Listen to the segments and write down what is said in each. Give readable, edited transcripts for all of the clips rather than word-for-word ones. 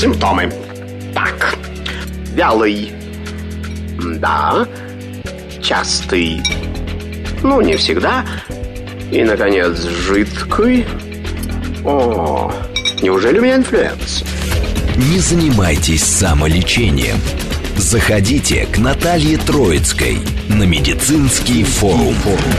симптомы. Так, вялый. Да. Частый. Ну, не всегда. И, наконец, жидкий. О, неужели у меня инфлюенс? Не занимайтесь самолечением. Заходите к Наталье Троицкой на медицинский форум.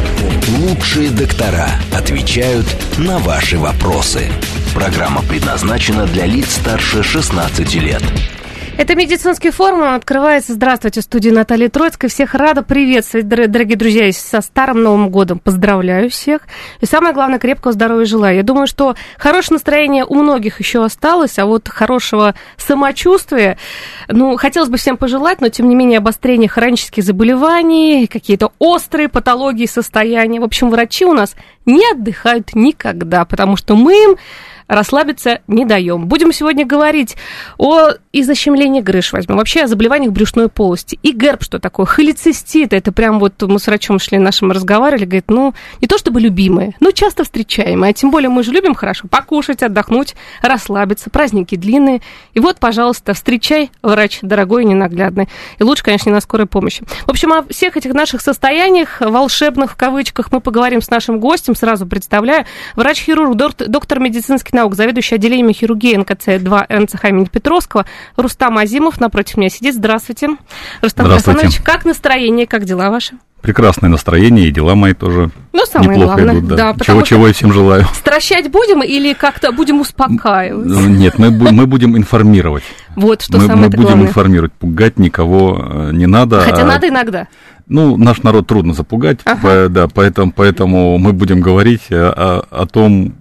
Лучшие доктора отвечают на ваши вопросы. Программа предназначена для лиц старше 16 лет. Это медицинский форум, он открывается. Здравствуйте, в студии Наталья Троицкая. Всех рада приветствовать, дорогие друзья, со Старым Новым годом. Поздравляю всех. И самое главное, крепкого здоровья желаю. Я думаю, что хорошее настроение у многих еще осталось, а вот хорошего самочувствия, хотелось бы всем пожелать, но, тем не менее, обострение хронических заболеваний, какие-то острые патологии, состояния. В общем, врачи у нас не отдыхают никогда, потому что мы им расслабиться не даем. Будем сегодня говорить о защемлении грыж, возьмем, вообще о заболеваниях брюшной полости. И ГЭРБ, что такое? Холецистит, это прям вот мы с врачом шли нашим разговаривали, говорит, не то чтобы любимые, но часто встречаемые, а тем более мы же любим хорошо покушать, отдохнуть, расслабиться, праздники длинные. И вот, пожалуйста, встречай, врач дорогой и ненаглядный. И лучше, конечно, не на скорой помощи. В общем, о всех этих наших состояниях, волшебных в кавычках, мы поговорим с нашим гостем, сразу представляю, врач-хирург, доктор медицинских наук, заведующий отделением хирургии НКЦ-2 РНЦХ имени Петровского, Рустам Азимов напротив меня сидит. Здравствуйте. Рустам Хасанович, как настроение, как дела ваши? Прекрасное настроение, и дела мои тоже самое неплохо главное, идут. Да. Чего я всем желаю. Стращать будем или как-то будем успокаивать? Нет, мы будем информировать. Вот, что самое главное. Мы будем информировать, пугать никого не надо. Хотя надо иногда. Наш народ трудно запугать, да, поэтому мы будем говорить о том,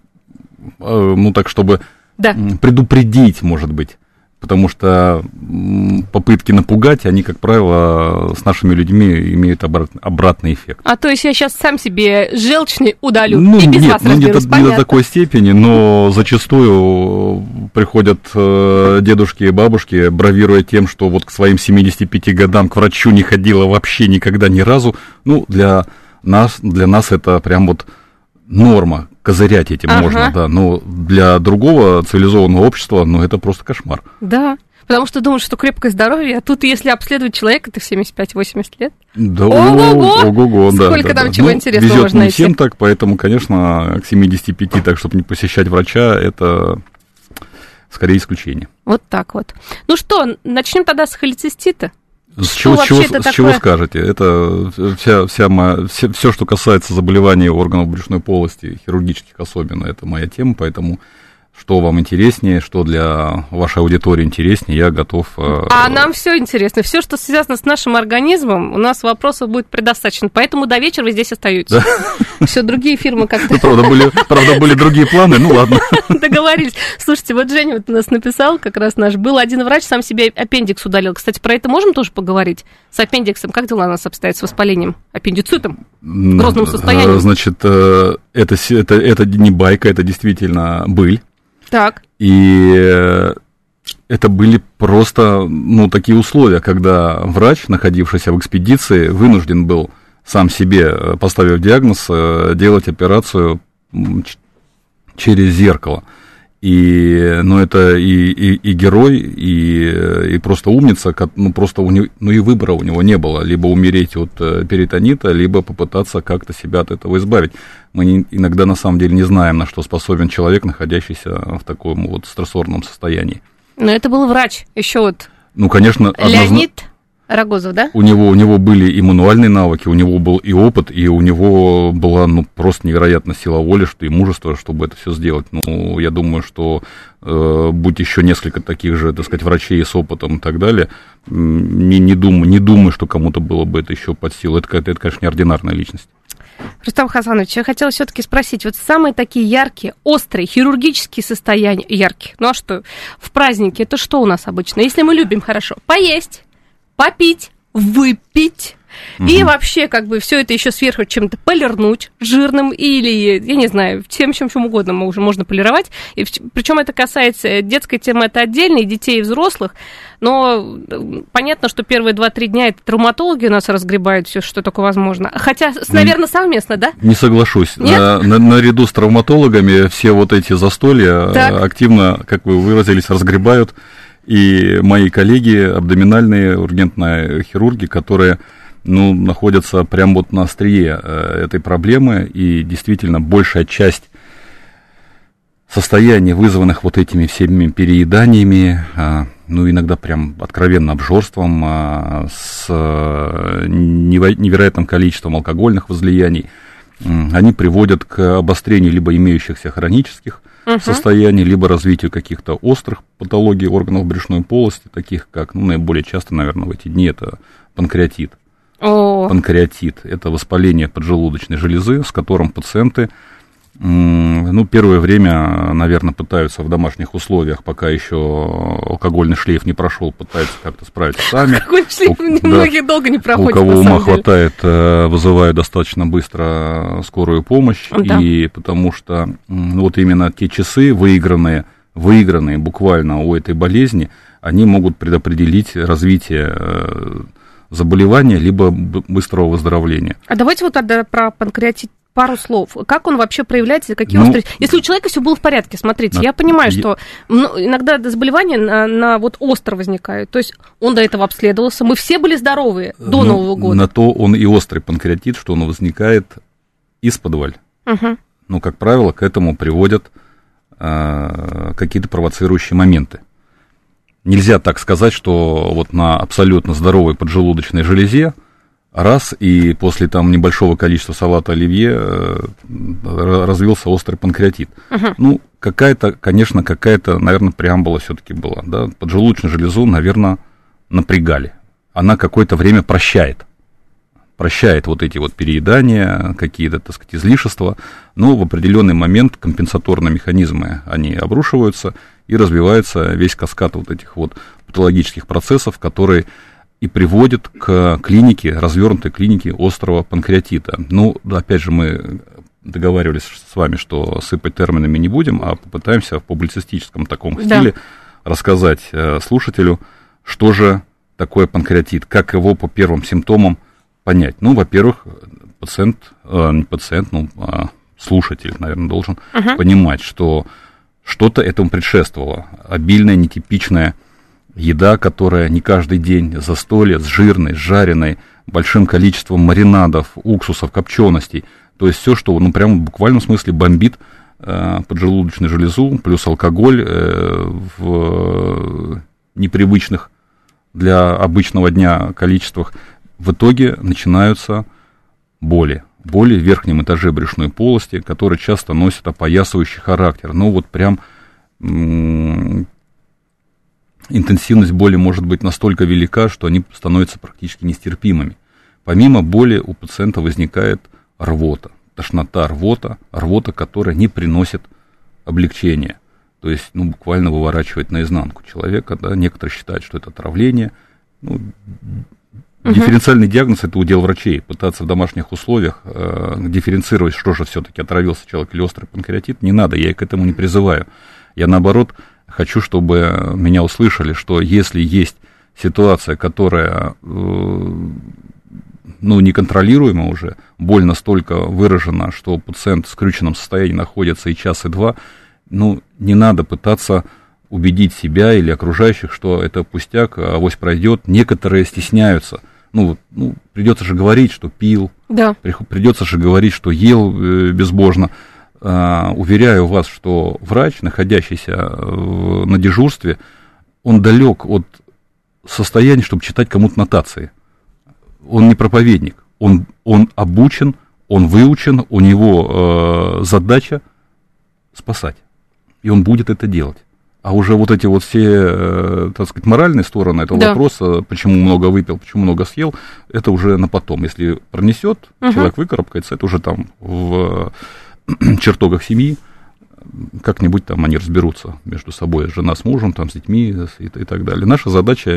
так, чтобы предупредить, может быть. Потому что попытки напугать, они, как правило, с нашими людьми имеют обратный эффект. А то есть я сейчас сам себе желчный удалю и без вас разберусь, не до такой степени, но зачастую приходят дедушки и бабушки, бравируя тем, что вот к своим 75 годам к врачу не ходила вообще никогда ни разу. Для нас это прям вот норма. Козырять этим можно, да, но для другого цивилизованного общества, это просто кошмар. Да, потому что думают, что крепкое здоровье, а тут, если обследовать человека, это в 75-80 лет. Да, ого-го, сколько там чего интересного можно найти. Везет не всем так, поэтому, конечно, к 75, так, чтобы не посещать врача, это скорее исключение. Вот так вот. Что, начнем тогда с холецистита? С чего скажете? Это все, что касается заболеваний органов брюшной полости, хирургических особенно, это моя тема, поэтому что вам интереснее, что для вашей аудитории интереснее, я готов... А нам все интересно. Все, что связано с нашим организмом, у нас вопросов будет предостаточно. Поэтому до вечера вы здесь остаетесь. Да? Все, другие фирмы как-то... Правда, были другие планы, ладно. Договорились. Слушайте, вот Женя у нас написал, как раз наш, был один врач, сам себе аппендикс удалил. Кстати, про это можем тоже поговорить? С аппендиксом. Как дела у нас обстоят с воспалением? Аппендицитом? В грозном состоянии? Значит, это не байка, это действительно быль. Так. И это были просто, такие условия, когда врач, находившийся в экспедиции, вынужден был сам себе, поставив диагноз, делать операцию через зеркало. И, это и герой, и просто умница, просто и выбора у него не было. Либо умереть от перитонита, либо попытаться как-то себя от этого избавить. Мы иногда на самом деле не знаем, на что способен человек, находящийся в таком вот стрессорном состоянии. Но это был врач, еще вот. Конечно. Леонид Рогозов, да? У него были и мануальные навыки, у него был и опыт, и у него была, просто невероятная сила воли, и мужество, чтобы это все сделать. Я думаю, что будь еще несколько таких же, так сказать, врачей с опытом и так далее, не думаю, что кому-то было бы это еще под силу. Это, конечно, неординарная личность. Рустам Хасанович, я хотела все-таки спросить, вот самые такие яркие, острые, хирургические состояния, яркие, а что, в празднике, это что у нас обычно? Если мы любим хорошо поесть, попить, выпить, и вообще, все это еще сверху чем-то полирнуть жирным или, я не знаю, чем угодно можно полировать. И причем это касается детской темы, это отдельно, и детей, и взрослых. Но понятно, что первые 2-3 дня это травматологи у нас разгребают все, что только возможно. Хотя, наверное, совместно, да? Не соглашусь. Наряду с травматологами все вот эти застолья активно, как вы выразились, разгребают и мои коллеги, абдоминальные ургентные хирурги, которые, ну, находятся прямо вот на острие этой проблемы, и действительно большая часть состояний, вызванных вот этими всеми перееданиями, ну, иногда прям откровенно обжорством, с невероятным количеством алкогольных возлияний, они приводят к обострению либо имеющихся хронических состояний, либо развитию каких-то острых патологий органов брюшной полости, таких как, ну, наиболее часто, наверное, в эти дни это панкреатит. Панкреатит – это воспаление поджелудочной железы, с которым пациенты, ну, первое время, наверное, пытаются в домашних условиях, пока еще алкогольный шлейф не прошел, пытаются как-то справиться сами. Алкогольный шлейф многих долго не проходит. У кого ума хватает, вызывают достаточно быстро скорую помощь, да. И потому что вот именно те часы, выигранные буквально у этой болезни, они могут предопределить развитие заболевания либо быстрого выздоровления. А давайте вот тогда про панкреатит пару слов. Как он вообще проявляется, какие острые... Если у человека все было в порядке, смотрите, я понимаю, что иногда заболевания на вот остро возникают. То есть он до этого обследовался, мы все были здоровые до Нового года. На то он и острый панкреатит, что он возникает исподволь. Ну, как правило, к этому приводят какие-то провоцирующие моменты. Нельзя так сказать, что вот на абсолютно здоровой поджелудочной железе раз, и после там небольшого количества салата оливье развился острый панкреатит. Ну, конечно, какая-то, наверное, преамбула все-таки была, да, поджелудочную железу, наверное, напрягали. Она какое-то время прощает вот эти вот переедания, какие-то, так сказать, излишества, но в определенный момент компенсаторные механизмы, они обрушиваются, и развивается весь каскад вот этих вот патологических процессов, которые и приводит к клинике, развернутой клинике острого панкреатита. Ну, опять же, мы договаривались с вами, что сыпать терминами не будем, а попытаемся в публицистическом таком стиле рассказать слушателю, что же такое панкреатит, как его по первым симптомам понять. Ну, во-первых, слушатель, наверное, должен понимать, что что-то этому предшествовало. Обильная, нетипичная еда, которая не каждый день, застолье с жирной, с жареной, большим количеством маринадов, уксусов, копченостей. То есть все, что, ну, прямо в буквальном смысле бомбит поджелудочную железу, плюс алкоголь в непривычных для обычного дня количествах. В итоге начинаются боли в верхнем этаже брюшной полости, которые часто носят опоясывающий характер. Ну, вот прям... интенсивность боли может быть настолько велика, что они становятся практически нестерпимыми. Помимо боли у пациента возникает рвота, тошнота, рвота, которая не приносит облегчения. То есть, ну, буквально выворачивает наизнанку человека. Да? Некоторые считают, что это отравление. Ну, дифференциальный диагноз – это удел врачей. Пытаться в домашних условиях дифференцировать, что же все-таки отравился человек или острый панкреатит, не надо, я и к этому не призываю. Я, наоборот, хочу, чтобы меня услышали, что если есть ситуация, которая, ну, неконтролируема уже, боль настолько выражена, что пациент в скрюченном состоянии находится и час, и два, ну, не надо пытаться убедить себя или окружающих, что это пустяк, авось пройдет. Некоторые стесняются. Ну, придется же говорить, что пил, придется же говорить, что ел безбожно. Уверяю вас, что врач, находящийся на дежурстве, он далек от состояния, чтобы читать кому-то нотации. Он не проповедник, он обучен, он выучен, у него задача спасать, и он будет это делать. А уже вот эти вот все, так сказать, моральные стороны этого вопроса, почему много выпил, почему много съел, это уже на потом. Если пронесет, человек выкарабкается, это уже там в чертогах семьи, как-нибудь там они разберутся между собой, жена с мужем, там, с детьми и так далее. Наша задача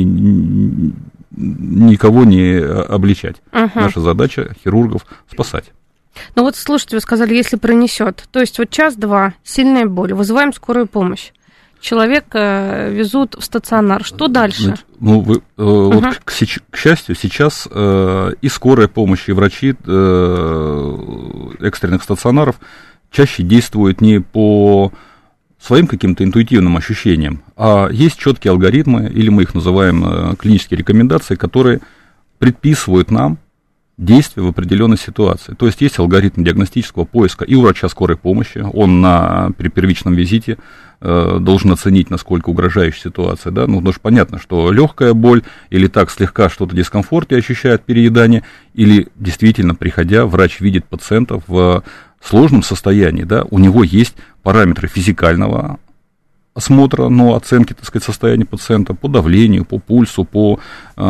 никого не обличать. Наша задача хирургов спасать. Ну вот, слушайте, вы сказали, если пронесет. То есть вот час-два, сильная боль, вызываем скорую помощь. Человека везут в стационар. Что дальше? Вот, к счастью, сейчас и скорая помощь, и врачи экстренных стационаров чаще действуют не по своим каким-то интуитивным ощущениям, А есть четкие алгоритмы, или мы их называем клинические рекомендации, которые предписывают нам действия в определенной ситуации. То есть есть алгоритм диагностического поиска и у врача скорой помощи. Он при первичном визите должен оценить, насколько угрожающая ситуация. Да? Ну, потому что понятно, что легкая боль или так слегка что-то дискомфорт ощущает переедание, или действительно, приходя, врач видит пациента в сложном состоянии. Да? У него есть параметры физикального осмотра, но оценки, так сказать, состояния пациента по давлению, по пульсу, по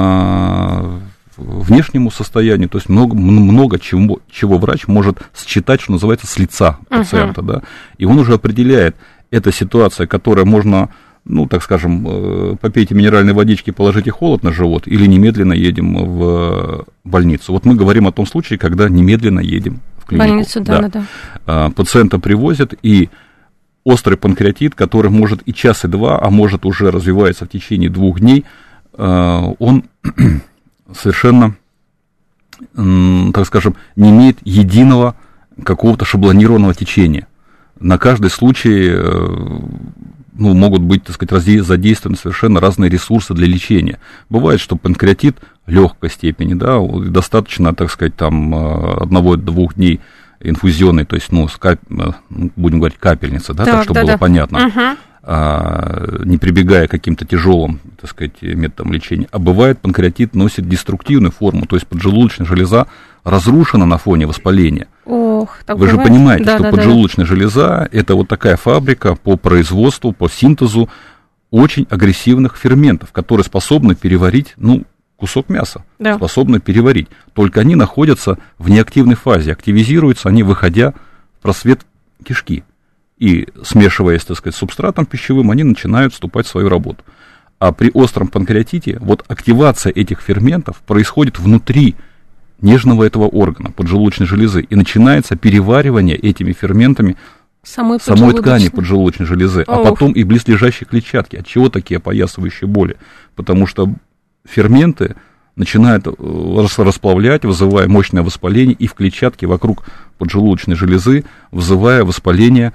внешнему состоянию, то есть много чего врач может считать, что называется, с лица пациента, да, и он уже определяет, это ситуация, которая можно, ну, так скажем, попейте минеральной водички, положите холод на живот, или немедленно едем в больницу. Вот мы говорим о том случае, когда немедленно едем в клинику. Больницу, да. Пациента привозят, и острый панкреатит, который может и час, и два, а может уже развивается в течение 2 дней, он совершенно, так скажем, не имеет единого какого-то шаблонированного течения. На каждый случай могут быть, так сказать, задействованы совершенно разные ресурсы для лечения. Бывает, что панкреатит легкой степени, да, достаточно, так сказать, там 1-2 дней инфузионной, то есть, будем говорить, капельница, да, так, чтобы было понятно. Не прибегая к каким-то тяжелым, так сказать, методам лечения. А бывает, панкреатит носит деструктивную форму, то есть поджелудочная железа разрушена на фоне воспаления. Ох, так Вы бывает? же понимаете, что поджелудочная железа – это вот такая фабрика по производству, по синтезу очень агрессивных ферментов, которые способны переварить, кусок мяса, способны переварить. Только они находятся в неактивной фазе, активизируются они, выходя в просвет кишки. И, смешиваясь, так сказать, с субстратом пищевым, они начинают вступать в свою работу. А при остром панкреатите вот активация этих ферментов происходит внутри нежного этого органа, поджелудочной железы, и начинается переваривание этими ферментами самой ткани поджелудочной железы, а потом и близлежащей клетчатки. От чего такие опоясывающие боли? Потому что ферменты начинают расплавлять, вызывая мощное воспаление, и в клетчатке вокруг поджелудочной железы, вызывая воспаление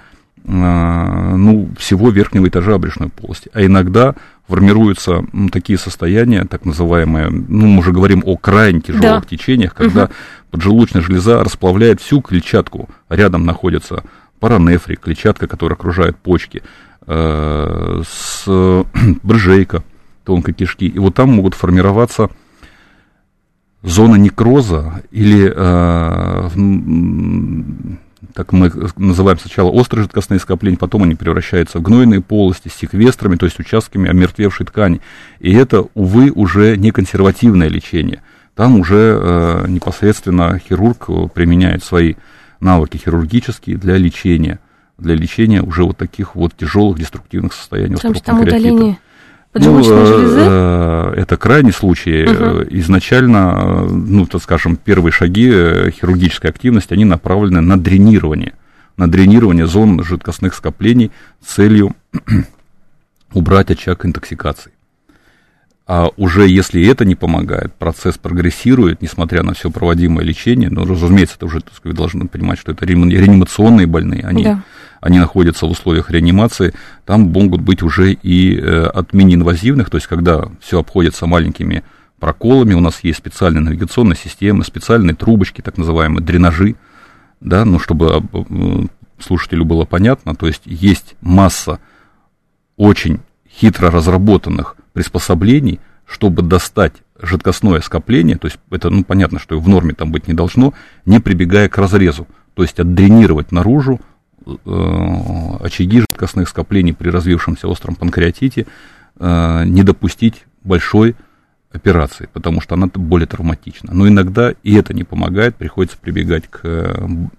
всего верхнего этажа брюшной полости. А иногда формируются такие состояния, так называемые, мы уже говорим о крайне тяжелых течениях, когда поджелудочная железа расплавляет всю клетчатку. Рядом находится паранефрий, клетчатка, которая окружает почки, брыжейка тонкой кишки. И вот там могут формироваться зона некроза или так мы называем сначала острые жидкостные скопления, потом они превращаются в гнойные полости с секвестрами, то есть участками омертвевшей ткани. И это, увы, уже не консервативное лечение. Там уже непосредственно хирург применяет свои навыки хирургические для лечения уже вот таких вот тяжелых деструктивных состояний острого панкреатита. Поджелудочной железы? Это крайний случай. Изначально, так скажем, первые шаги хирургической активности, они направлены на дренирование зон жидкостных скоплений с целью убрать очаг интоксикации. А уже если это не помогает, процесс прогрессирует, несмотря на все проводимое лечение, разумеется, это уже, так сказать, должны понимать, что это реанимационные больные, они находятся в условиях реанимации, там могут быть уже и от мини-инвазивных, то есть когда все обходится маленькими проколами, у нас есть специальные навигационные системы, специальные трубочки, так называемые дренажи, да, чтобы слушателю было понятно, то есть масса очень хитро разработанных приспособлений, чтобы достать жидкостное скопление, то есть это, понятно, что в норме там быть не должно, не прибегая к разрезу, то есть отдренировать наружу очаги жидкостных скоплений при развившемся остром панкреатите, не допустить большой операции, потому что она более травматична. Но иногда и это не помогает, приходится прибегать к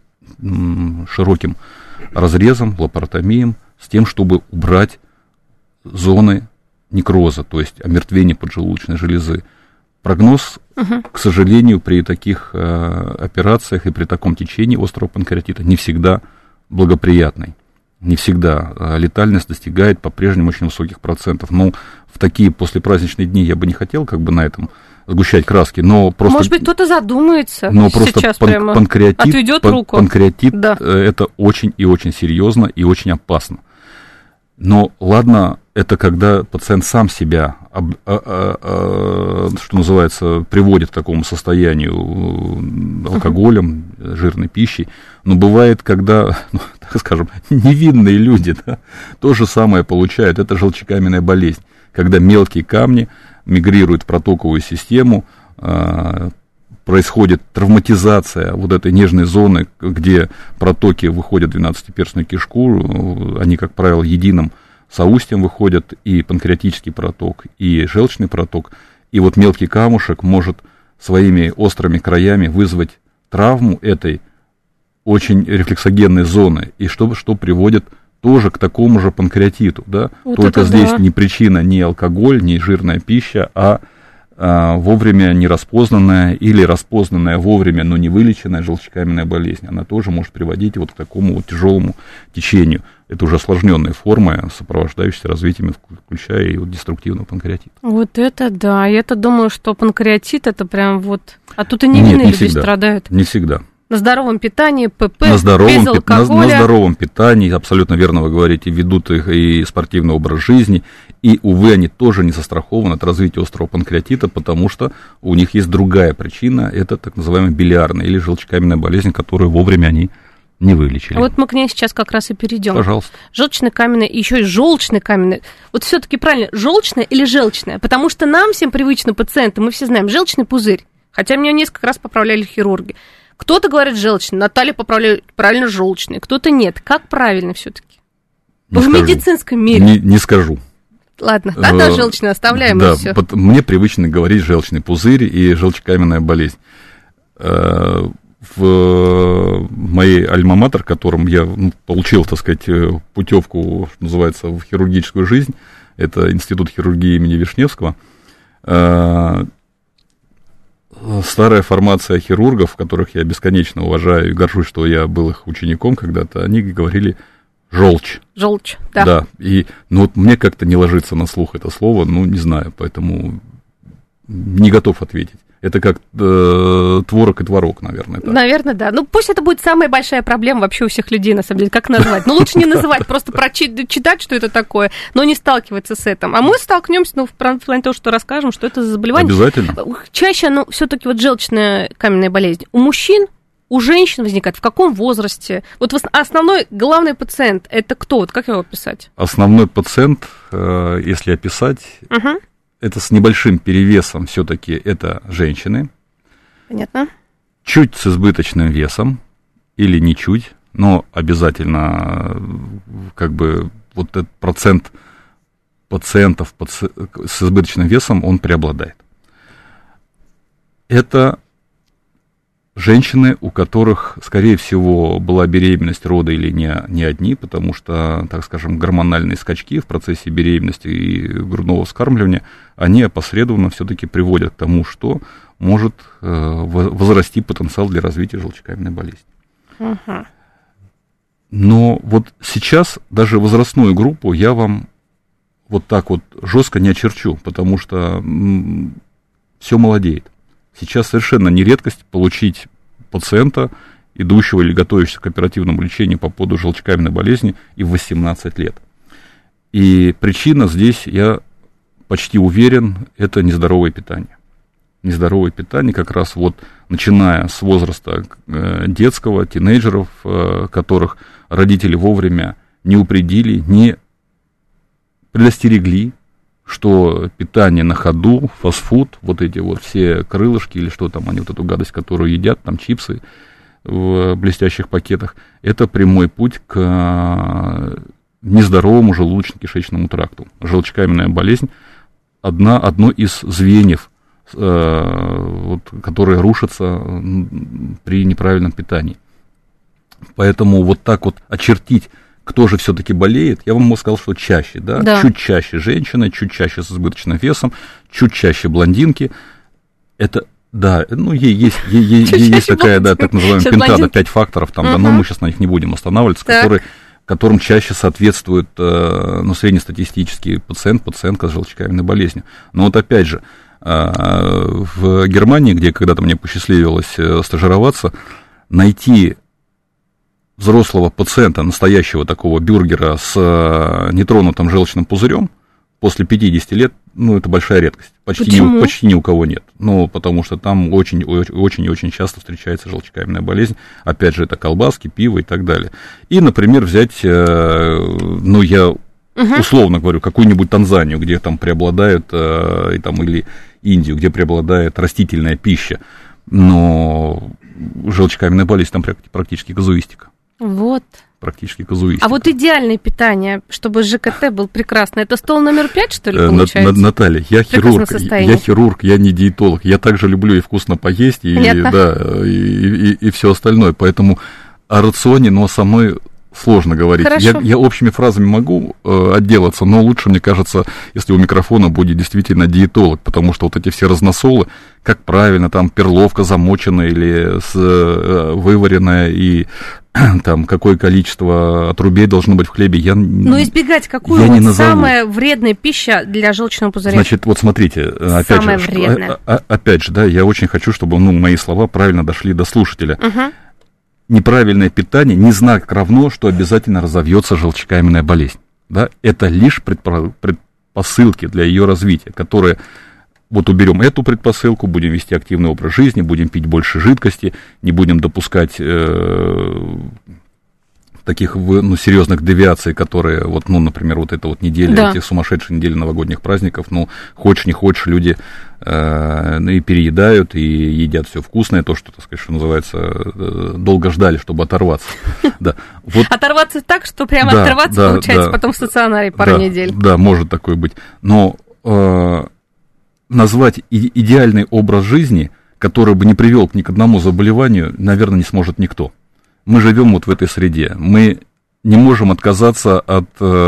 широким разрезам, лапаротомиям, с тем, чтобы убрать зоны некроза, то есть омертвение поджелудочной железы. Прогноз, к сожалению, при таких операциях и при таком течении острого панкреатита не всегда благоприятный. Не всегда. Летальность достигает по-прежнему очень высоких процентов. Но в такие послепраздничные дни я бы не хотел на этом сгущать краски, но просто... Может быть, кто-то задумается, но просто сейчас прямо отведет руку. Панкреатит да. Это очень и очень серьезно и очень опасно. Но ладно, это когда пациент сам себя, что называется, приводит к такому состоянию алкоголем, жирной пищей. Но бывает, когда, так скажем, невинные люди, да, то же самое получают. Это желчекаменная болезнь, когда мелкие камни мигрируют в протоковую систему, происходит травматизация вот этой нежной зоны, где протоки выходят в 12-перстную кишку, они, как правило, единым соустьем выходят, и панкреатический проток, и желчный проток, и вот мелкий камушек может своими острыми краями вызвать травму этой очень рефлексогенной зоны, и что приводит тоже к такому же панкреатиту, да? Вот только здесь не причина не алкоголь, не жирная пища, а вовремя нераспознанная или распознанная вовремя, но не вылеченная желчекаменная болезнь. Она тоже может приводить вот к такому вот тяжелому течению. Это уже осложненные формы, сопровождающиеся развитием, включая и вот деструктивного панкреатита. Вот это да. Я-то думаю, что панкреатит это прям вот... А тут и невинные люди страдают. Не всегда. На здоровом питании, ПП, без алкоголя. На здоровом питании, абсолютно верно вы говорите, ведут их и спортивный образ жизни, и, увы, они тоже не застрахованы от развития острого панкреатита, потому что у них есть другая причина, это так называемая билиарная или желчекаменная болезнь, которую вовремя они не вылечили. Вот мы к ней сейчас как раз и перейдем. Пожалуйста. Желчно-каменная и еще и желчно-каменная. Вот все-таки правильно, желчная или желчная? Потому что нам всем привычно, пациенты, мы все знаем, желчный пузырь, хотя меня несколько раз поправляли хирурги. Кто-то говорит желчный, Наталья поправляет правильно желчный, кто-то нет. Как правильно все-таки? В медицинском мире. Не скажу. Ладно, тогда желчный оставляем, да, и все. Мне привычно говорить желчный пузырь и желчекаменная болезнь. В моей альма-матер, в котором я получил, так сказать, путевку, что называется, в хирургическую жизнь, это Институт хирургии имени Вишневского, старая формация хирургов, которых я бесконечно уважаю и горжусь, что я был их учеником когда-то, они говорили желчь. Желчь, да. Да, и вот мне как-то не ложится на слух это слово, не знаю, поэтому не готов ответить. Это как творог и творог, наверное. Так. Наверное, да. Пусть это будет самая большая проблема вообще у всех людей, на самом деле, как назвать. Лучше не называть, просто читать, что это такое, но не сталкиваться с этим. А мы столкнемся, в плане того, что расскажем, что это за заболевание. Обязательно. Чаще оно все-таки вот желчная каменная болезнь. У мужчин, у женщин возникает в каком возрасте? Вот основной, главный пациент, это кто? Вот как его описать? Основной пациент, если описать... Это с небольшим перевесом все-таки это женщины. Понятно. Чуть с избыточным весом или не чуть, но обязательно как бы вот этот процент пациентов с избыточным весом, он преобладает. Это женщины, у которых, скорее всего, была беременность, роды или не одни, потому что, так скажем, гормональные скачки в процессе беременности и грудного вскармливания, они опосредованно все-таки приводят к тому, что может возрасти потенциал для развития желчекаменной болезни. Uh-huh. Но вот сейчас даже возрастную группу я вам вот так вот жестко не очерчу, потому что все молодеет. Сейчас совершенно не редкость получить пациента, идущего или готовящегося к оперативному лечению по поводу желчекаменной болезни и в 18 лет. И причина здесь, я почти уверен, это нездоровое питание. Нездоровое питание как раз вот начиная с возраста детского, тинейджеров, которых родители вовремя не упредили, не предостерегли, что питание на ходу, фастфуд, вот эти вот все крылышки или что там они, вот эту гадость, которую едят, там чипсы в блестящих пакетах, это прямой путь к нездоровому желудочно-кишечному тракту. Желчекаменная болезнь одно из звеньев, которые рушатся при неправильном питании. Поэтому вот так вот очертить, кто же все-таки болеет, я вам сказал, что чаще, да? Да. Чуть чаще женщины, чуть чаще с избыточным весом, чуть чаще блондинки. Это, да, есть такая, да, так называемая пентада, 5 факторов, там, да, но мы сейчас на них не будем останавливаться, которым чаще соответствует среднестатистический пациентка с желчекаменной болезнью. Но вот опять же, в Германии, где когда-то мне посчастливилось стажироваться, найти взрослого пациента, настоящего такого бюргера с нетронутым желчным пузырем, после 50 лет, ну, это большая редкость. Почти ни у кого нет. Ну, потому что там очень часто встречается желчекаменная болезнь. Опять же, это колбаски, пиво и так далее. И, например, взять, ну, я условно говорю, какую-нибудь Танзанию, где там преобладает, или Индию, где преобладает растительная пища. Но желчекаменная болезнь там практически казуистика. Вот. Практически казуистика. А вот идеальное питание, чтобы ЖКТ был прекрасный, это стол номер 5, что ли, получается? Наталья, я хирург, я не диетолог. Я также люблю и вкусно поесть, и все остальное. Поэтому о рационе, но со мной сложно говорить. Я общими фразами могу отделаться, но лучше, мне кажется, если у микрофона будет действительно диетолог, потому что вот эти все разносолы, как правильно, там перловка замоченная или вываренная, и там какое количество отрубей должно быть в хлебе. Но избегать какую самая вредная пища для желчного пузыря? Значит, вот смотрите, опять же, да, я очень хочу, чтобы мои слова правильно дошли до слушателя. Неправильное питание не знак равно, что обязательно разовьется желчекаменная болезнь. Да? Это лишь предпосылки для ее развития, которые, вот уберем эту предпосылку, будем вести активный образ жизни, будем пить больше жидкости, не будем допускать таких серьезных девиаций, которые, вот, например, вот эта вот неделя, этих сумасшедших недель новогодних праздников, хочешь не хочешь, люди и переедают, и едят все вкусное, то, что, так сказать, что называется, долго ждали, чтобы оторваться. Да. Вот. Оторваться так, что прямо оторваться, получается, потом в стационаре пару недель. Да, может такое быть. Но назвать идеальный образ жизни, который бы не привел ни к одному заболеванию, наверное, не сможет никто. Мы живем вот в этой среде. Мы не можем отказаться от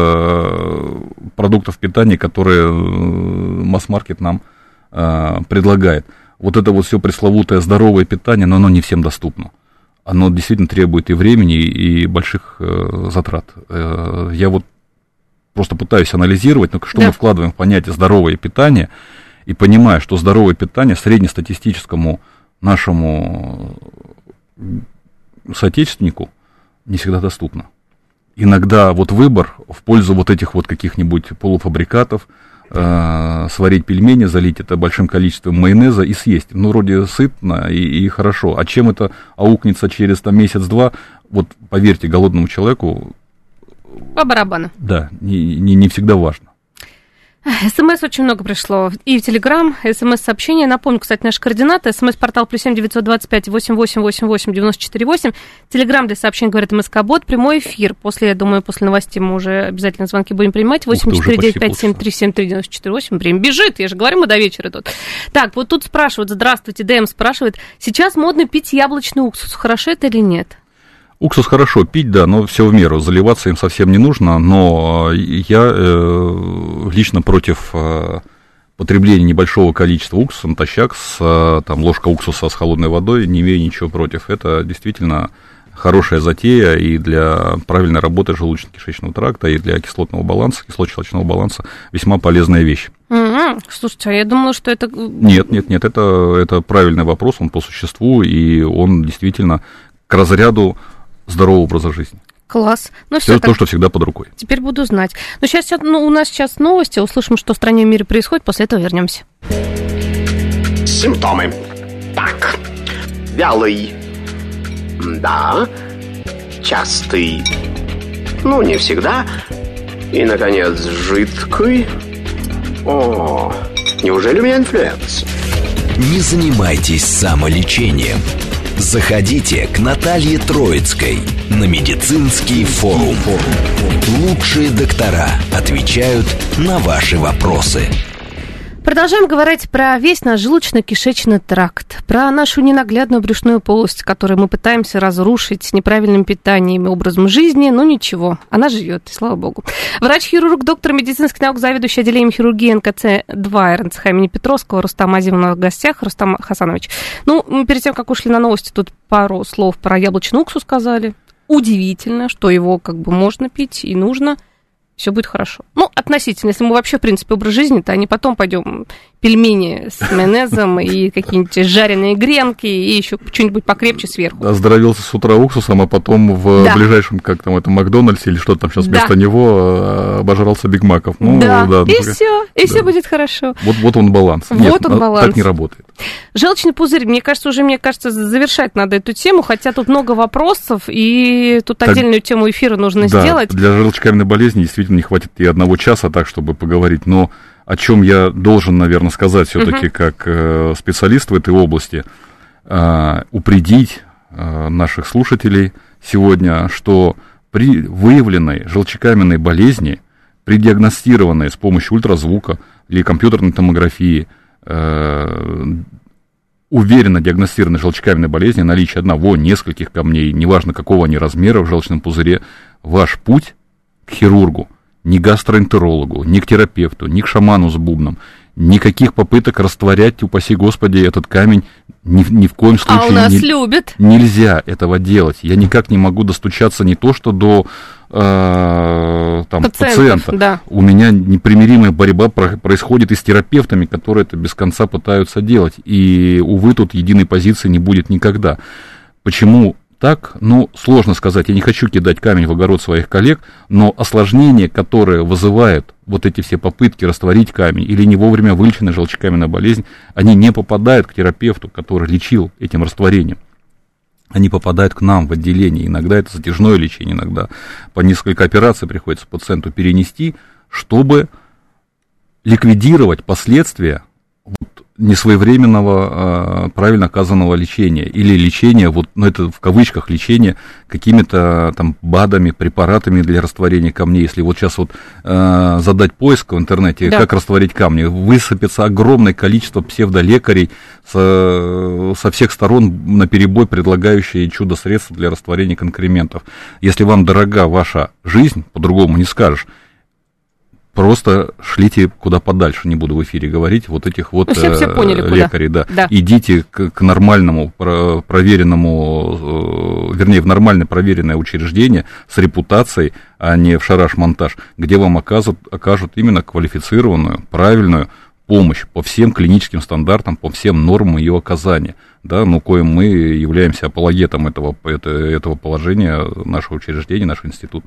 продуктов питания, которые масс-маркет нам предлагает. Вот это вот все пресловутое здоровое питание, но оно не всем доступно. Оно действительно требует и времени, и больших затрат. Я вот просто пытаюсь анализировать, что мы вкладываем в понятие здоровое питание, и понимая, что здоровое питание среднестатистическому нашему соотечественнику не всегда доступно. Иногда вот выбор в пользу вот этих вот каких-нибудь полуфабрикатов, сварить пельмени, залить это большим количеством майонеза и съесть. Вроде сытно и хорошо. А чем это аукнется через месяц-два, вот поверьте, голодному человеку... По барабану. Да, не всегда важно. СМС очень много пришло. И в Телеграм, СМС-сообщения. Напомню, кстати, наши координаты. СМС-портал +7 925 8888 948. Телеграм для сообщений говорит МСК-бот. Прямой эфир. После новостей мы уже обязательно звонки будем принимать. 8495-7373-94-8. Время бежит. Я же говорю, мы до вечера тут. Так, вот тут спрашивают. Здравствуйте, ДМ спрашивает. Сейчас модно пить яблочный уксус. Хорошо это или нет? Уксус хорошо пить, да, но все в меру. Заливаться им совсем не нужно, но я лично против потребления небольшого количества уксуса натощак, ложка уксуса с холодной водой, не имею ничего против. Это действительно хорошая затея и для правильной работы желудочно-кишечного тракта, и для кислотного баланса, кислотно-щелочного баланса весьма полезная вещь. Слушайте, а я думала, что это... Нет, это правильный вопрос, он по существу, и он действительно к разряду здорового образа жизни. Класс. Все то, что всегда под рукой. Теперь буду знать. Но сейчас, у нас сейчас новости, услышим, что в стране и мире происходит, после этого вернемся. Симптомы. Так, вялый. Да. Частый. Не всегда. И, наконец, жидкий. О, неужели у меня инфлюенс? Не занимайтесь самолечением. Заходите к Наталье Троицкой на медицинский форум. Лучшие доктора отвечают на ваши вопросы. Продолжаем говорить про весь наш желудочно-кишечный тракт, про нашу ненаглядную брюшную полость, которую мы пытаемся разрушить неправильным питанием и образом жизни, но ничего, она живет, слава богу. Врач-хирург, доктор медицинских наук, заведующий отделением хирургии НКЦ-2 РНЦХ имени Петровского Рустам Азимов в гостях. Рустам Хасанович, перед тем, как ушли на новости, тут пару слов про яблочный уксус сказали. Удивительно, что его можно пить и нужно. Все будет хорошо. Относительно, если мы вообще, в принципе, образ жизни-то, а не потом пойдем пельмени с майонезом и какие-нибудь жареные гренки, и еще что-нибудь покрепче сверху. Оздоровился с утра уксусом, а потом в ближайшем, как там, это Макдональдсе или что там сейчас вместо него, обожрался Биг Маков. Ну, и все будет хорошо. Вот он баланс. Нет, так не работает. Желчный пузырь, мне кажется, завершать надо эту тему, хотя тут много вопросов, и тут отдельную тему эфира нужно сделать. Для желчекаменной болезни действительно не хватит и 1 часа так, чтобы поговорить, но о чем я должен, наверное, сказать все-таки как специалист в этой области, упредить наших слушателей сегодня, что при выявленной желчекаменной болезни, при диагностированной с помощью ультразвука или компьютерной томографии, уверенно диагностированной желчекаменной болезни, наличие одного, нескольких камней, неважно какого они размера в желчном пузыре, ваш путь к хирургу, ни гастроэнтерологу, ни к терапевту, ни к шаману с бубном, никаких попыток растворять, упаси Господи, этот камень ни в коем случае у нас любят. Нельзя этого делать. Я никак не могу достучаться не то, что до пациента. Да. У меня непримиримая борьба происходит и с терапевтами, которые это без конца пытаются делать. И, увы, тут единой позиции не будет никогда. Почему так? Ну, сложно сказать. Я не хочу кидать камень в огород своих коллег, но осложнения, которые вызывают вот эти все попытки растворить камень или не вовремя вылеченная желчекаменная болезнь, они не попадают к терапевту, который лечил этим растворением. Они попадают к нам в отделение. Иногда это затяжное лечение, иногда по несколько операций приходится пациенту перенести, чтобы ликвидировать последствия несвоевременного, правильно оказанного лечения. Или лечения, это в кавычках лечение какими-то там БАДами, препаратами для растворения камней. Если сейчас задать поиск в интернете, как растворить камни, высыпется огромное количество псевдолекарей со всех сторон наперебой предлагающие чудо-средства для растворения конкрементов. Если вам дорога ваша жизнь, по-другому не скажешь, просто шлите куда подальше, не буду в эфире говорить, вот этих вот все поняли, лекарей. Да. Идите к нормальному, проверенному, вернее, в нормально проверенное учреждение с репутацией, а не в шараш-монтаж, где вам окажут именно квалифицированную, правильную помощь по всем клиническим стандартам, по всем нормам ее оказания, да, коим мы являемся апологетом этого положения, нашего учреждения, наш институт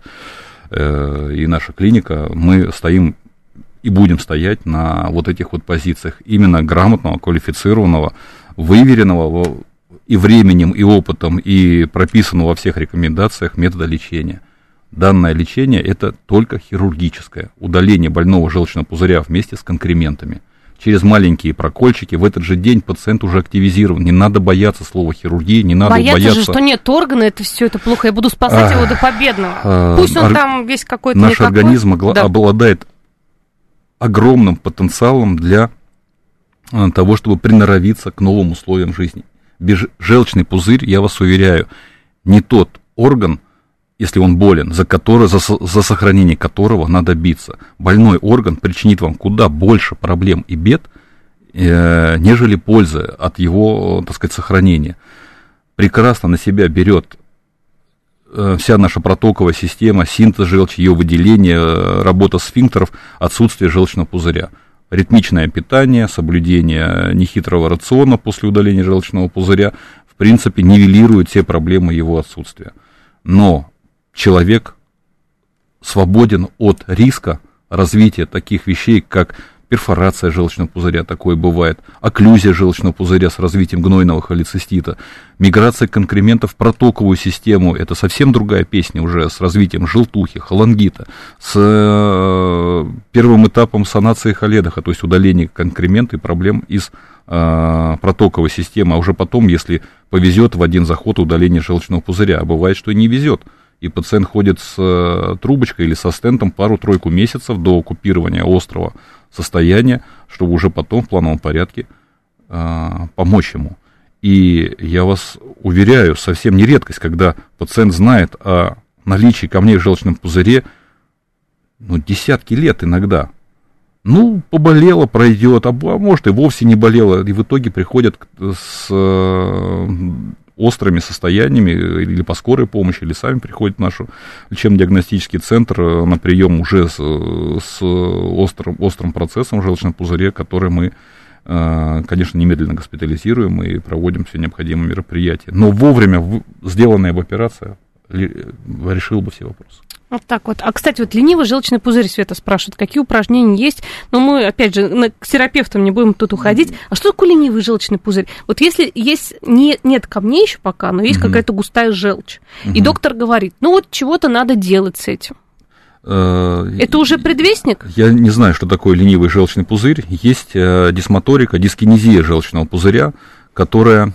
и наша клиника, мы стоим и будем стоять на вот этих вот позициях именно грамотного, квалифицированного, выверенного и временем, и опытом, и прописанного во всех рекомендациях метода лечения. Данное лечение – это только хирургическое, удаление больного желчного пузыря вместе с конкрементами. Через маленькие прокольчики в этот же день пациент уже активизирован. Не надо бояться слова хирургии, не надо бояться... Бояться же, что нет органа, это все это плохо, я буду спасать его до победного. Пусть он там весь какой-то наш организм обладает огромным потенциалом для того, чтобы приноровиться к новым условиям жизни. Желчный пузырь, я вас уверяю, не тот орган, если он болен, за сохранение которого надо биться. Больной орган причинит вам куда больше проблем и бед, нежели пользы от его, так сказать, сохранения. Прекрасно на себя берет вся наша протоковая система, синтез желчи, ее выделение, работа сфинктеров, отсутствие желчного пузыря. Ритмичное питание, соблюдение нехитрого рациона после удаления желчного пузыря, в принципе, нивелирует все проблемы его отсутствия. Но человек свободен от риска развития таких вещей, как перфорация желчного пузыря, такое бывает, окклюзия желчного пузыря с развитием гнойного холецистита, миграция конкрементов в протоковую систему, это совсем другая песня уже с развитием желтухи, холангита, с первым этапом санации холедоха, то есть удаления конкремента и проблем из протоковой системы, а уже потом, если повезет, в один заход удаление желчного пузыря, а бывает, что и не везет. И пациент ходит с трубочкой или со стентом пару-тройку месяцев до купирования острого состояния, чтобы уже потом в плановом порядке помочь ему. И я вас уверяю, совсем не редкость, когда пациент знает о наличии камней в желчном пузыре, десятки лет иногда. Поболело, пройдет, а может и вовсе не болело, и в итоге приходят с острыми состояниями или по скорой помощи, или сами приходят в наш лечебно-диагностический центр на прием уже с острым процессом в желчном пузыре, который мы конечно, немедленно госпитализируем и проводим все необходимые мероприятия. Но вовремя сделанная бы операция решила бы все вопросы. Вот так вот. А, кстати, вот ленивый желчный пузырь, Света спрашивает, какие упражнения есть? Но мы, опять же, к терапевтам не будем тут уходить. А что такое ленивый желчный пузырь? Вот если есть, нет камней еще пока, но есть какая-то густая желчь, и доктор говорит, ну вот чего-то надо делать с этим. Это уже предвестник? Я не знаю, что такое ленивый желчный пузырь. Есть дисмоторика, дискинезия желчного пузыря, которая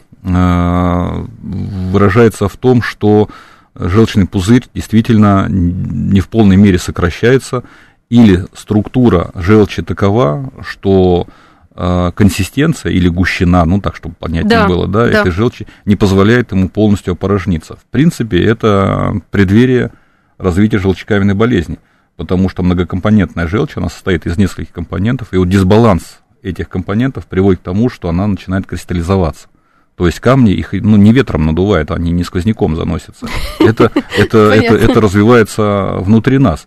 выражается в том, что желчный пузырь действительно не в полной мере сокращается, или структура желчи такова, что консистенция или гущина, ну так, чтобы понятнее было, да, этой желчи не позволяет ему полностью опорожниться. В принципе, это преддверие развития желчекаменной болезни, потому что многокомпонентная желчь, она состоит из нескольких компонентов, и вот дисбаланс этих компонентов приводит к тому, что она начинает кристаллизоваться. То есть камни, их не ветром надувает, они не сквозняком заносятся. Это развивается внутри нас.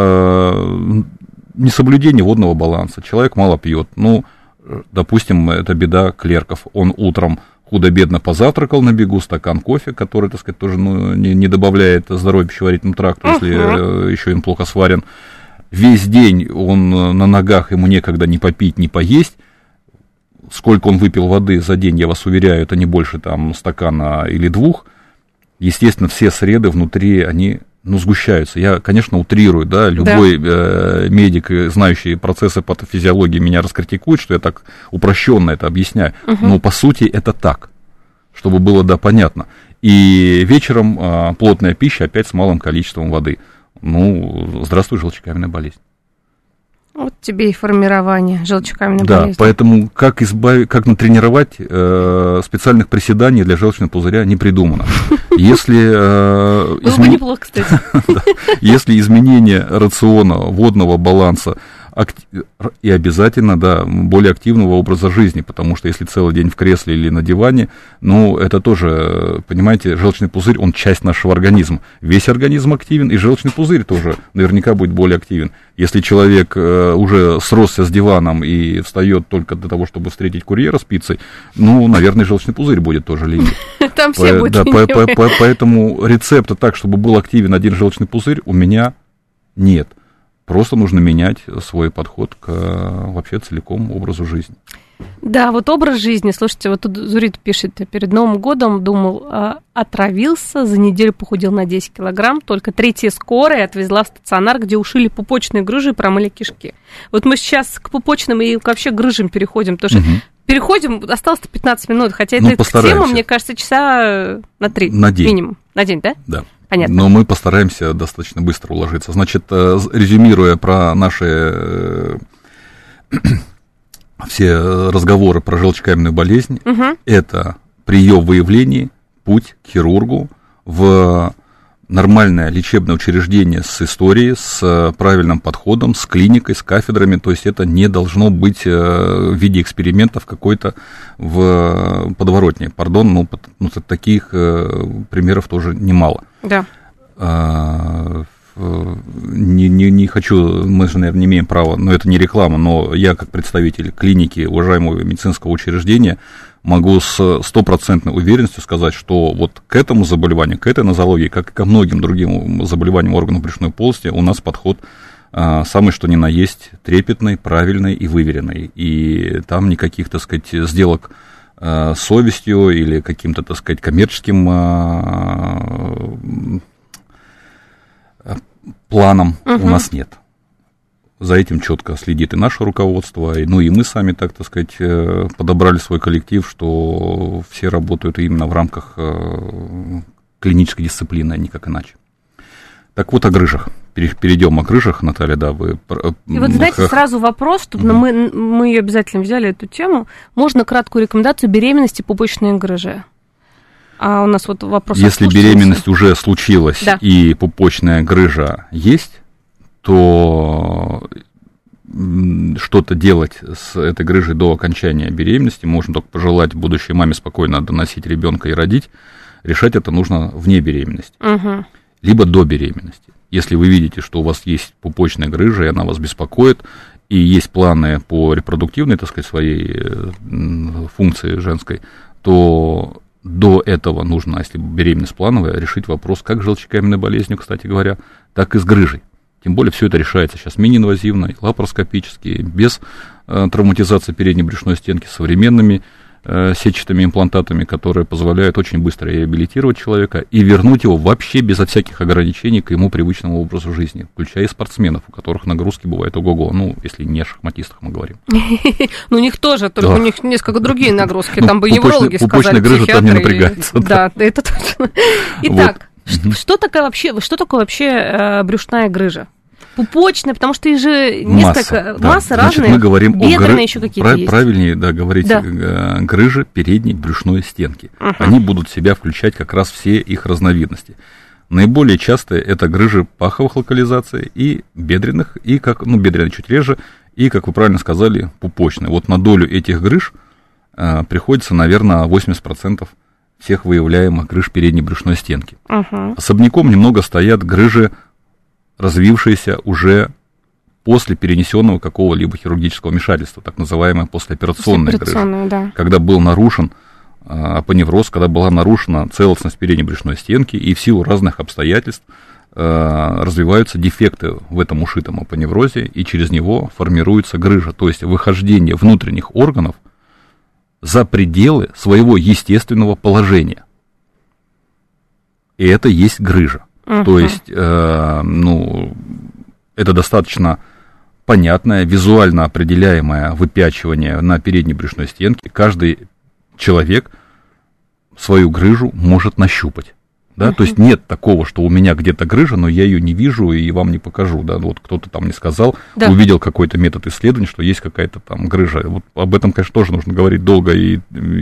Несоблюдение водного баланса. Человек мало пьет. Ну, допустим, это беда клерков. Он утром худо-бедно позавтракал на бегу, стакан кофе, который, так сказать, тоже не добавляет здоровью пищеварительному тракту, если еще он плохо сварен. Весь день он на ногах, ему некогда ни попить, ни поесть. Сколько он выпил воды за день, я вас уверяю, это не больше там стакана или двух. Естественно, все среды внутри, они, сгущаются. Я, конечно, утрирую, да, любой медик, знающий процессы патофизиологии, меня раскритикует, что я так упрощенно это объясняю. Но, по сути, это так, чтобы было, понятно. И вечером плотная пища, опять с малым количеством воды. Здравствуй, желчекаменная болезнь. Вот тебе и формирование желчекаменной болезни. Да, поэтому как натренировать специальных приседаний для желчного пузыря не придумано. Было бы неплохо, кстати. Если изменение рациона, водного баланса и обязательно, более активного образа жизни, потому что если целый день в кресле или на диване, это тоже, понимаете, желчный пузырь, он часть нашего организма. Весь организм активен, и желчный пузырь тоже наверняка будет более активен. Если человек уже сросся с диваном и встает только для того, чтобы встретить курьера с пиццей, наверное, желчный пузырь будет тоже ленивый. Там все будут ленивые. Поэтому рецепта так, чтобы был активен один желчный пузырь, у меня нет. Просто нужно менять свой подход к вообще целиком образу жизни. Да, вот образ жизни. Слушайте, вот тут Зурит пишет, перед Новым годом думал, отравился, за неделю похудел на 10 килограмм, только 3-я скорая отвезла в стационар, где ушили пупочные грыжи и промыли кишки. Вот мы сейчас к пупочным и вообще грыжам переходим, потому что переходим, осталось-то 15 минут, хотя эта тема, мне кажется, часа на 3 минимум. На день, да? Да. Понятно. Но мы постараемся достаточно быстро уложиться. Значит, резюмируя про наши все разговоры про желчекаменную болезнь, это при ее выявлении путь к хирургу в нормальное лечебное учреждение с историей, с правильным подходом, с клиникой, с кафедрами. То есть это не должно быть в виде экспериментов какой-то в подворотне. Пардон, таких примеров тоже немало. Да. Не хочу, мы же, наверное, не имеем права, но это не реклама, но я, как представитель клиники, уважаемого медицинского учреждения, могу с стопроцентной уверенностью сказать, что вот к этому заболеванию, к этой нозологии, как и ко многим другим заболеваниям органов брюшной полости, у нас подход самый что ни на есть трепетный, правильный и выверенный. И там никаких, так сказать, сделок с совестью или каким-то, так сказать, коммерческим планом у нас нет. За этим четко следит и наше руководство, и мы сами, так сказать, подобрали свой коллектив, что все работают именно в рамках клинической дисциплины, а никак иначе. Так вот, о грыжах. Перейдем о грыжах, Наталья, да, вы... И вот, знаете, сразу вопрос, чтобы мы ее обязательно взяли, эту тему. Можно краткую рекомендацию беременности, пупочные грыжи? А у нас вот вопрос... Если беременность уже случилась, и пупочная грыжа есть, то что-то делать с этой грыжей до окончания беременности, можно только пожелать будущей маме спокойно доносить ребенка и родить. Решать это нужно вне беременности, либо до беременности. Если вы видите, что у вас есть пупочная грыжа, и она вас беспокоит, и есть планы по репродуктивной, так сказать, своей функции женской, то до этого нужно, если беременность плановая, решить вопрос как с желчекаменной болезнью, кстати говоря, так и с грыжей. Тем более все это решается сейчас мини-инвазивно, лапароскопически, без травматизации передней брюшной стенки, современными сетчатыми имплантатами, которые позволяют очень быстро реабилитировать человека и вернуть его вообще безо всяких ограничений к ему привычному образу жизни, включая и спортсменов, у которых нагрузки бывают ого-го, ну, если не о шахматистах мы говорим. Ну, у них тоже, только у них несколько другие нагрузки, там бы неврологи сказали, пупочная грыжа там не напрягается. Да, это точно. Итак, что такое вообще брюшная грыжа? Пупочная, потому что их же несколько, масса разных. Значит, мы говорим бедренные еще какие-то есть. Правильнее, да, говорить грыжи передней брюшной стенки. Они будут в себя включать как раз все их разновидности. Наиболее частые это грыжи паховых локализаций и бедренных, и бедренные чуть реже, и, как вы правильно сказали, пупочные. Вот на долю этих грыж приходится, наверное, 80% всех выявляемых грыж передней брюшной стенки. Особняком немного стоят грыжи, развившиеся уже после перенесенного какого-либо хирургического вмешательства, так называемая послеоперационная грыжа, да. Когда был нарушен апоневроз, когда была нарушена целостность передней брюшной стенки, и в силу разных обстоятельств развиваются дефекты в этом ушитом апоневрозе, и через него формируется грыжа, то есть выхождение внутренних органов за пределы своего естественного положения. И это есть грыжа. То есть, это достаточно понятное, визуально определяемое выпячивание на передней брюшной стенке. Каждый человек свою грыжу может нащупать. Да? То есть нет такого, что у меня где-то грыжа, но я ее не вижу и вам не покажу. Да? Вот кто-то там мне сказал, увидел какой-то метод исследования, что есть какая-то там грыжа. Вот об этом, конечно, тоже нужно говорить долго и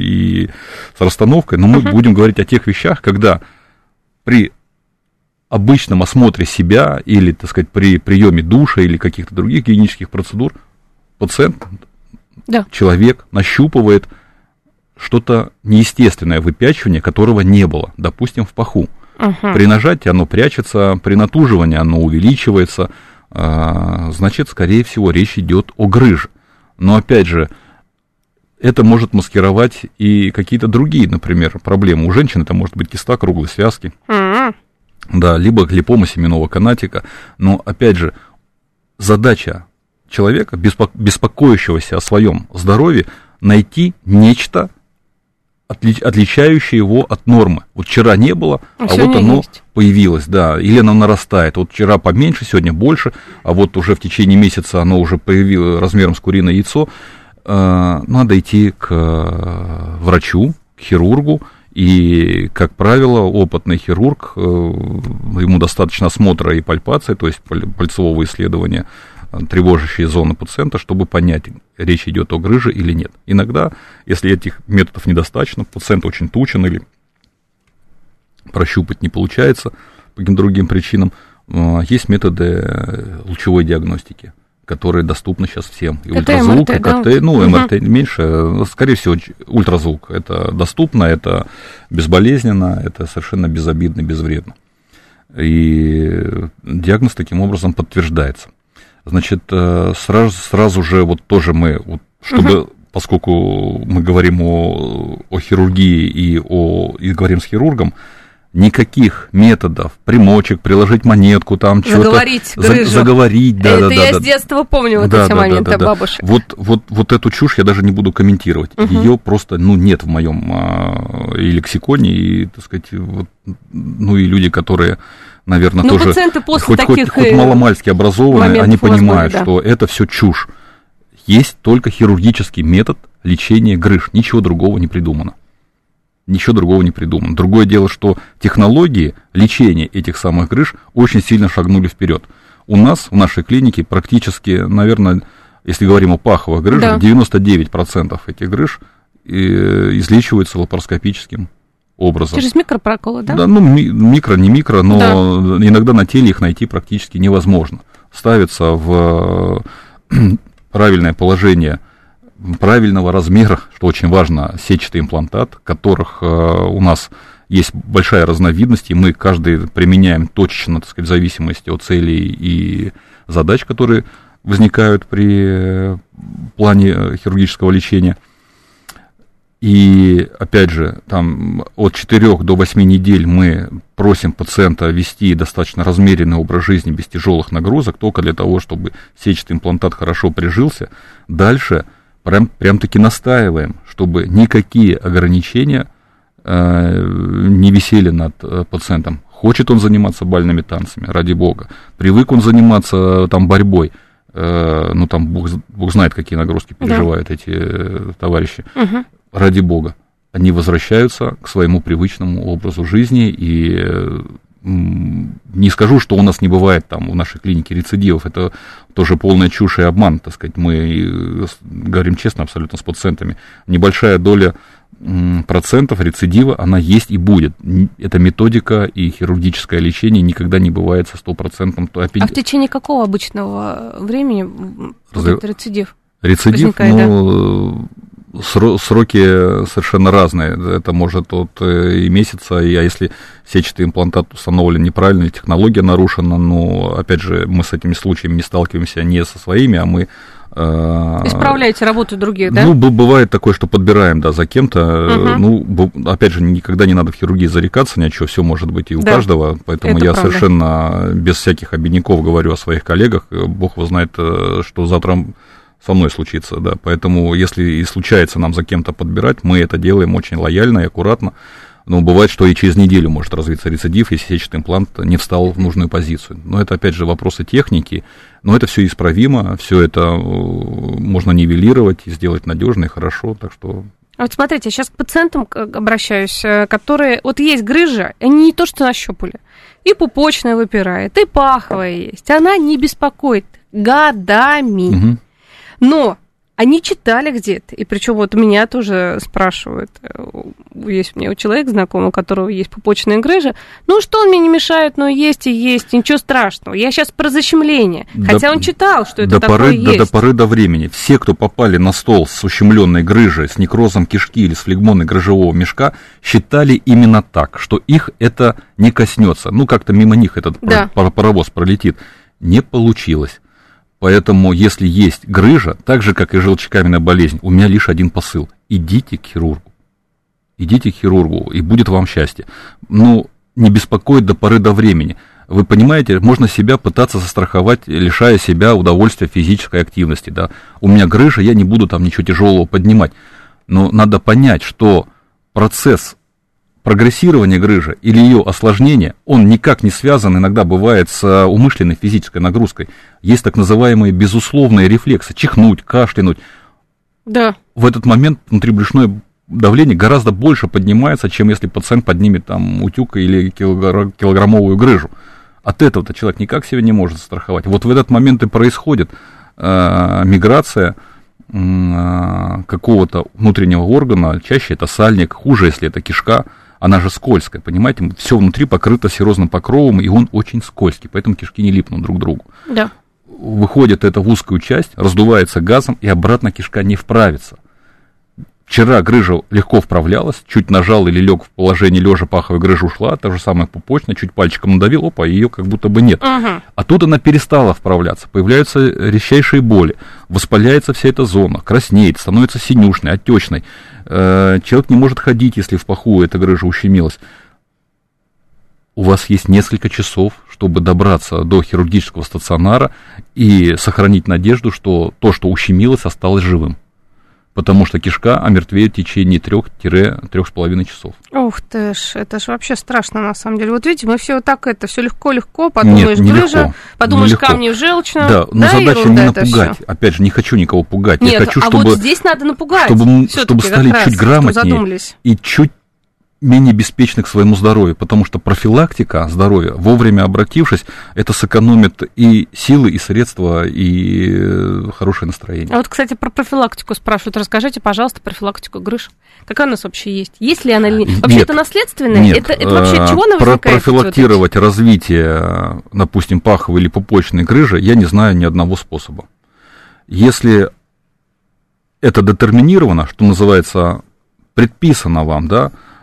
с расстановкой, но мы будем говорить о тех вещах, когда при обычном осмотре себя или, так сказать, при приеме душа или каких-то других гигиенических процедур пациент, человек нащупывает что-то неестественное выпячивание, которого не было, допустим, в паху. При нажатии оно прячется, при натуживании оно увеличивается, значит, скорее всего, речь идет о грыже. Но, опять же, это может маскировать и какие-то другие, например, проблемы. У женщин это может быть киста круглой связки. Да, либо глипома семенного канатика. Но, опять же, задача человека, беспокоящегося о своем здоровье, найти нечто, отличающее его от нормы. Вот вчера не было, а вот оно есть. Появилось, да, или оно нарастает. Вот вчера поменьше, сегодня больше, а вот уже в течение месяца оно уже появилось размером с куриное яйцо. Надо идти к врачу, к хирургу. И, как правило, опытный хирург, ему достаточно осмотра и пальпации, то есть пальцевого исследования тревожащей зоны пациента, чтобы понять, речь идет о грыже или нет. Иногда, если этих методов недостаточно, пациент очень тучен или прощупать не получается по каким-то другим причинам, есть методы лучевой диагностики, которые доступны сейчас всем. И это ультразвук, МРТ, и КТ, МРТ меньше, скорее всего, ультразвук. Это доступно, это безболезненно, это совершенно безобидно, безвредно. И диагноз таким образом подтверждается. Значит, сразу же вот тоже мы, чтобы, поскольку мы говорим о хирургии и говорим с хирургом, никаких методов, примочек, приложить монетку, там что-то... Заговорить, да. Это я с детства помню вот эти моменты бабушек. Вот эту чушь я даже не буду комментировать. Ее просто, нет в моем и лексиконе, и, так сказать, и люди, которые, наверное, тоже хоть маломальски образованные, они понимают, что это все чушь. Есть только хирургический метод лечения грыж, ничего другого не придумано. Другое дело, что технологии лечения этих самых грыж очень сильно шагнули вперед. У нас в нашей клинике практически, наверное, если говорим о паховых грыжах, 99% этих грыж излечиваются лапароскопическим образом. Через микропроколы, да? Да, микро, не микро, но иногда на теле их найти практически невозможно. Ставится в правильное положение правильного размера, что очень важно, сетчатый имплантат, которых у нас есть большая разновидность, и мы каждый применяем точечно, так сказать, в зависимости от целей и задач, которые возникают при плане хирургического лечения. И, опять же, там от 4 до 8 недель мы просим пациента вести достаточно размеренный образ жизни без тяжелых нагрузок, только для того, чтобы сетчатый имплантат хорошо прижился. Дальше прям-таки настаиваем, чтобы никакие ограничения не висели над пациентом. Хочет он заниматься бальными танцами, ради бога. Привык он заниматься там борьбой. Ну, там Бог знает, какие нагрузки переживают эти товарищи. Угу. Ради бога. Они возвращаются к своему привычному образу жизни, и не скажу, что у нас не бывает там в нашей клинике рецидивов, это тоже полная чушь и обман, так сказать, мы говорим честно абсолютно с пациентами. Небольшая доля процентов рецидива, она есть и будет. Это методика, и хирургическое лечение никогда не бывает со 100%. А в течение какого обычного времени рецидив? Рецидив, сроки совершенно разные. Это может от и месяца, а если сетчатый имплантат установлен неправильно, или технология нарушена, но, опять же, мы с этими случаями не сталкиваемся не со своими, а мы... Исправляете работу других, да? Ну, бывает такое, что подбираем, да, за кем-то. Ну, опять же, никогда не надо в хирургии зарекаться, ничего, все может быть и у каждого, поэтому это я правда. Совершенно без всяких обиняков говорю о своих коллегах. Бог его знает, что завтра со мной случится, да, поэтому если и случается нам за кем-то подбирать, мы это делаем очень лояльно и аккуратно, но бывает, что и через неделю может развиться рецидив, если сетчатый имплант не встал в нужную позицию. Но это, опять же, вопросы техники, но это все исправимо, все это можно нивелировать и сделать надежно и хорошо, так что... Вот смотрите, я сейчас к пациентам обращаюсь, которые... Вот есть грыжа, они не то что нащупали, и пупочная выпирает, и паховая есть, она не беспокоит годами. Угу. Но они читали где-то, и причем вот меня тоже спрашивают, есть у меня человек знакомый, у которого есть пупочная грыжа, ну что он мне не мешает, ну есть и есть, ничего страшного, я сейчас про защемление, хотя он читал, что это такое есть. До поры до времени все, кто попали на стол с ущемленной грыжей, с некрозом кишки или с флегмоной грыжевого мешка, считали именно так, что их это не коснется, ну как-то мимо них этот паровоз пролетит. Не получилось. Поэтому, если есть грыжа, так же, как и желчекаменная болезнь, у меня лишь один посыл. Идите к хирургу. Идите к хирургу, и будет вам счастье. Ну, не беспокоить до поры до времени. Вы понимаете, можно себя пытаться застраховать, лишая себя удовольствия физической активности. Да? У меня грыжа, я не буду там ничего тяжелого поднимать. Но надо понять, что процесс прогрессирование грыжи или ее осложнение, он никак не связан, иногда бывает, с умышленной физической нагрузкой. Есть так называемые безусловные рефлексы, чихнуть, кашлянуть. Да. В этот момент внутрибрюшное давление гораздо больше поднимается, чем если пациент поднимет там утюг или килограммовую грыжу. От этого-то человек никак себя не может застраховать. Вот в этот момент и происходит миграция какого-то внутреннего органа, чаще это сальник, хуже, если это кишка. Она же скользкая, понимаете, все внутри покрыто серозным покровом, и он очень скользкий, поэтому кишки не липнут друг к другу. Да. Выходит это в узкую часть, раздувается газом, и обратно кишка не вправится. Вчера грыжа легко вправлялась, чуть нажал или лег в положение лежа, паховая грыжа ушла, та же самая пупочная, чуть пальчиком надавил, опа, ее как будто бы нет. А тут она перестала вправляться, появляются резчайшие боли, воспаляется вся эта зона, краснеет, становится синюшной, отечной. Человек не может ходить, если в паху эта грыжа ущемилась. У вас есть несколько часов, чтобы добраться до хирургического стационара и сохранить надежду, что то, что ущемилось, осталось живым. Потому что кишка омертвеет в течение 3-3,5 часов. Ух ты ж, это ж вообще страшно на самом деле. Вот видите, мы все так все легко-легко, подумаешь, грыжа, подумаешь, камни в желчном. Да, но задача не напугать. Опять же, не хочу никого пугать. Нет, я хочу, чтобы, вот здесь надо напугать. Чтобы стали чуть грамотнее и чуть менее беспечны к своему здоровью, потому что профилактика здоровья, вовремя обратившись, это сэкономит и силы, и средства, и хорошее настроение. А вот, кстати, про профилактику спрашивают. Расскажите, пожалуйста, профилактику грыж. Какая у нас вообще есть? Есть ли она или нет? Вообще это наследственное? Нет. Это вообще от чего она возникает? Профилактировать развитие, допустим, паховой или пупочной грыжи я не знаю ни одного способа. Если это детерминировано, что называется, предписано вам, да,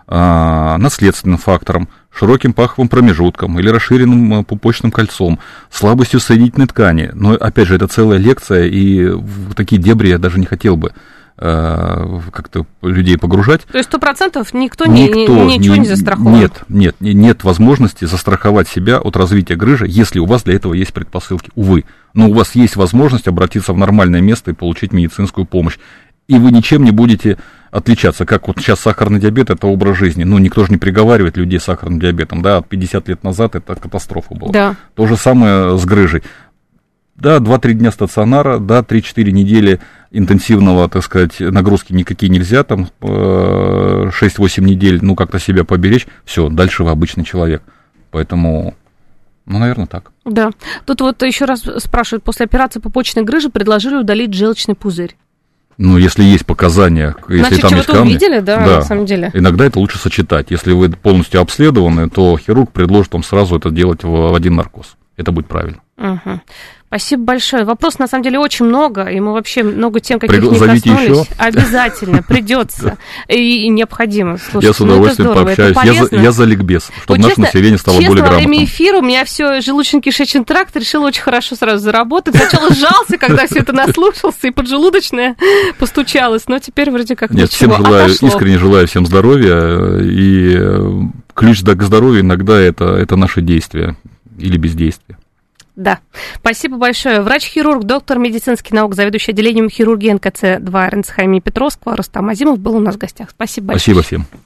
наследственным фактором, широким паховым промежутком или расширенным пупочным кольцом, слабостью соединительной ткани. Но, опять же, это целая лекция, и в такие дебри я даже не хотел бы как-то людей погружать. То есть 100% никто ничего не застрахован? Нет возможности застраховать себя от развития грыжи, если у вас для этого есть предпосылки. Увы. Но у вас есть возможность обратиться в нормальное место и получить медицинскую помощь. И вы ничем не будете отличаться. Как вот сейчас сахарный диабет – это образ жизни. Ну, никто же не приговаривает людей с сахарным диабетом. Да, 50 лет назад это катастрофа была. Да. То же самое с грыжей. Да, 2-3 дня стационара, да, 3-4 недели интенсивного, так сказать, нагрузки никакие нельзя, там 6-8 недель, ну, как-то себя поберечь, все, дальше вы обычный человек. Поэтому, ну, наверное, так. Да. Тут вот еще раз спрашивают, после операции пупочной грыжи предложили удалить желчный пузырь. Ну, если есть показания, если значит, там есть камни, увидели, да, на самом деле. Иногда это лучше сочетать. Если вы полностью обследованы, то хирург предложит вам сразу это делать в один наркоз. Это будет правильно. Угу. Спасибо большое. Вопросов, на самом деле, очень много, и мы вообще много тем, каких не Зовите коснулись. еще? Обязательно, придется. И необходимо. Слушайте, я с удовольствием пообщаюсь. Я за ликбез, чтобы наше население стало более грамотным. Во время эфира у меня все желудочно-кишечный тракт решил очень хорошо сразу заработать. Сначала сжался, когда все это наслушался, и поджелудочная постучалась, но теперь вроде как нет, ничего, искренне желаю всем здоровья, и ключ к здоровью иногда это наши действия или бездействие. Да, спасибо большое. Врач-хирург, доктор медицинских наук, заведующий отделением хирургии НКЦ-2 РНЦХ имени Петровского Рустам Азимов был у нас в гостях. Спасибо большое. Спасибо всем.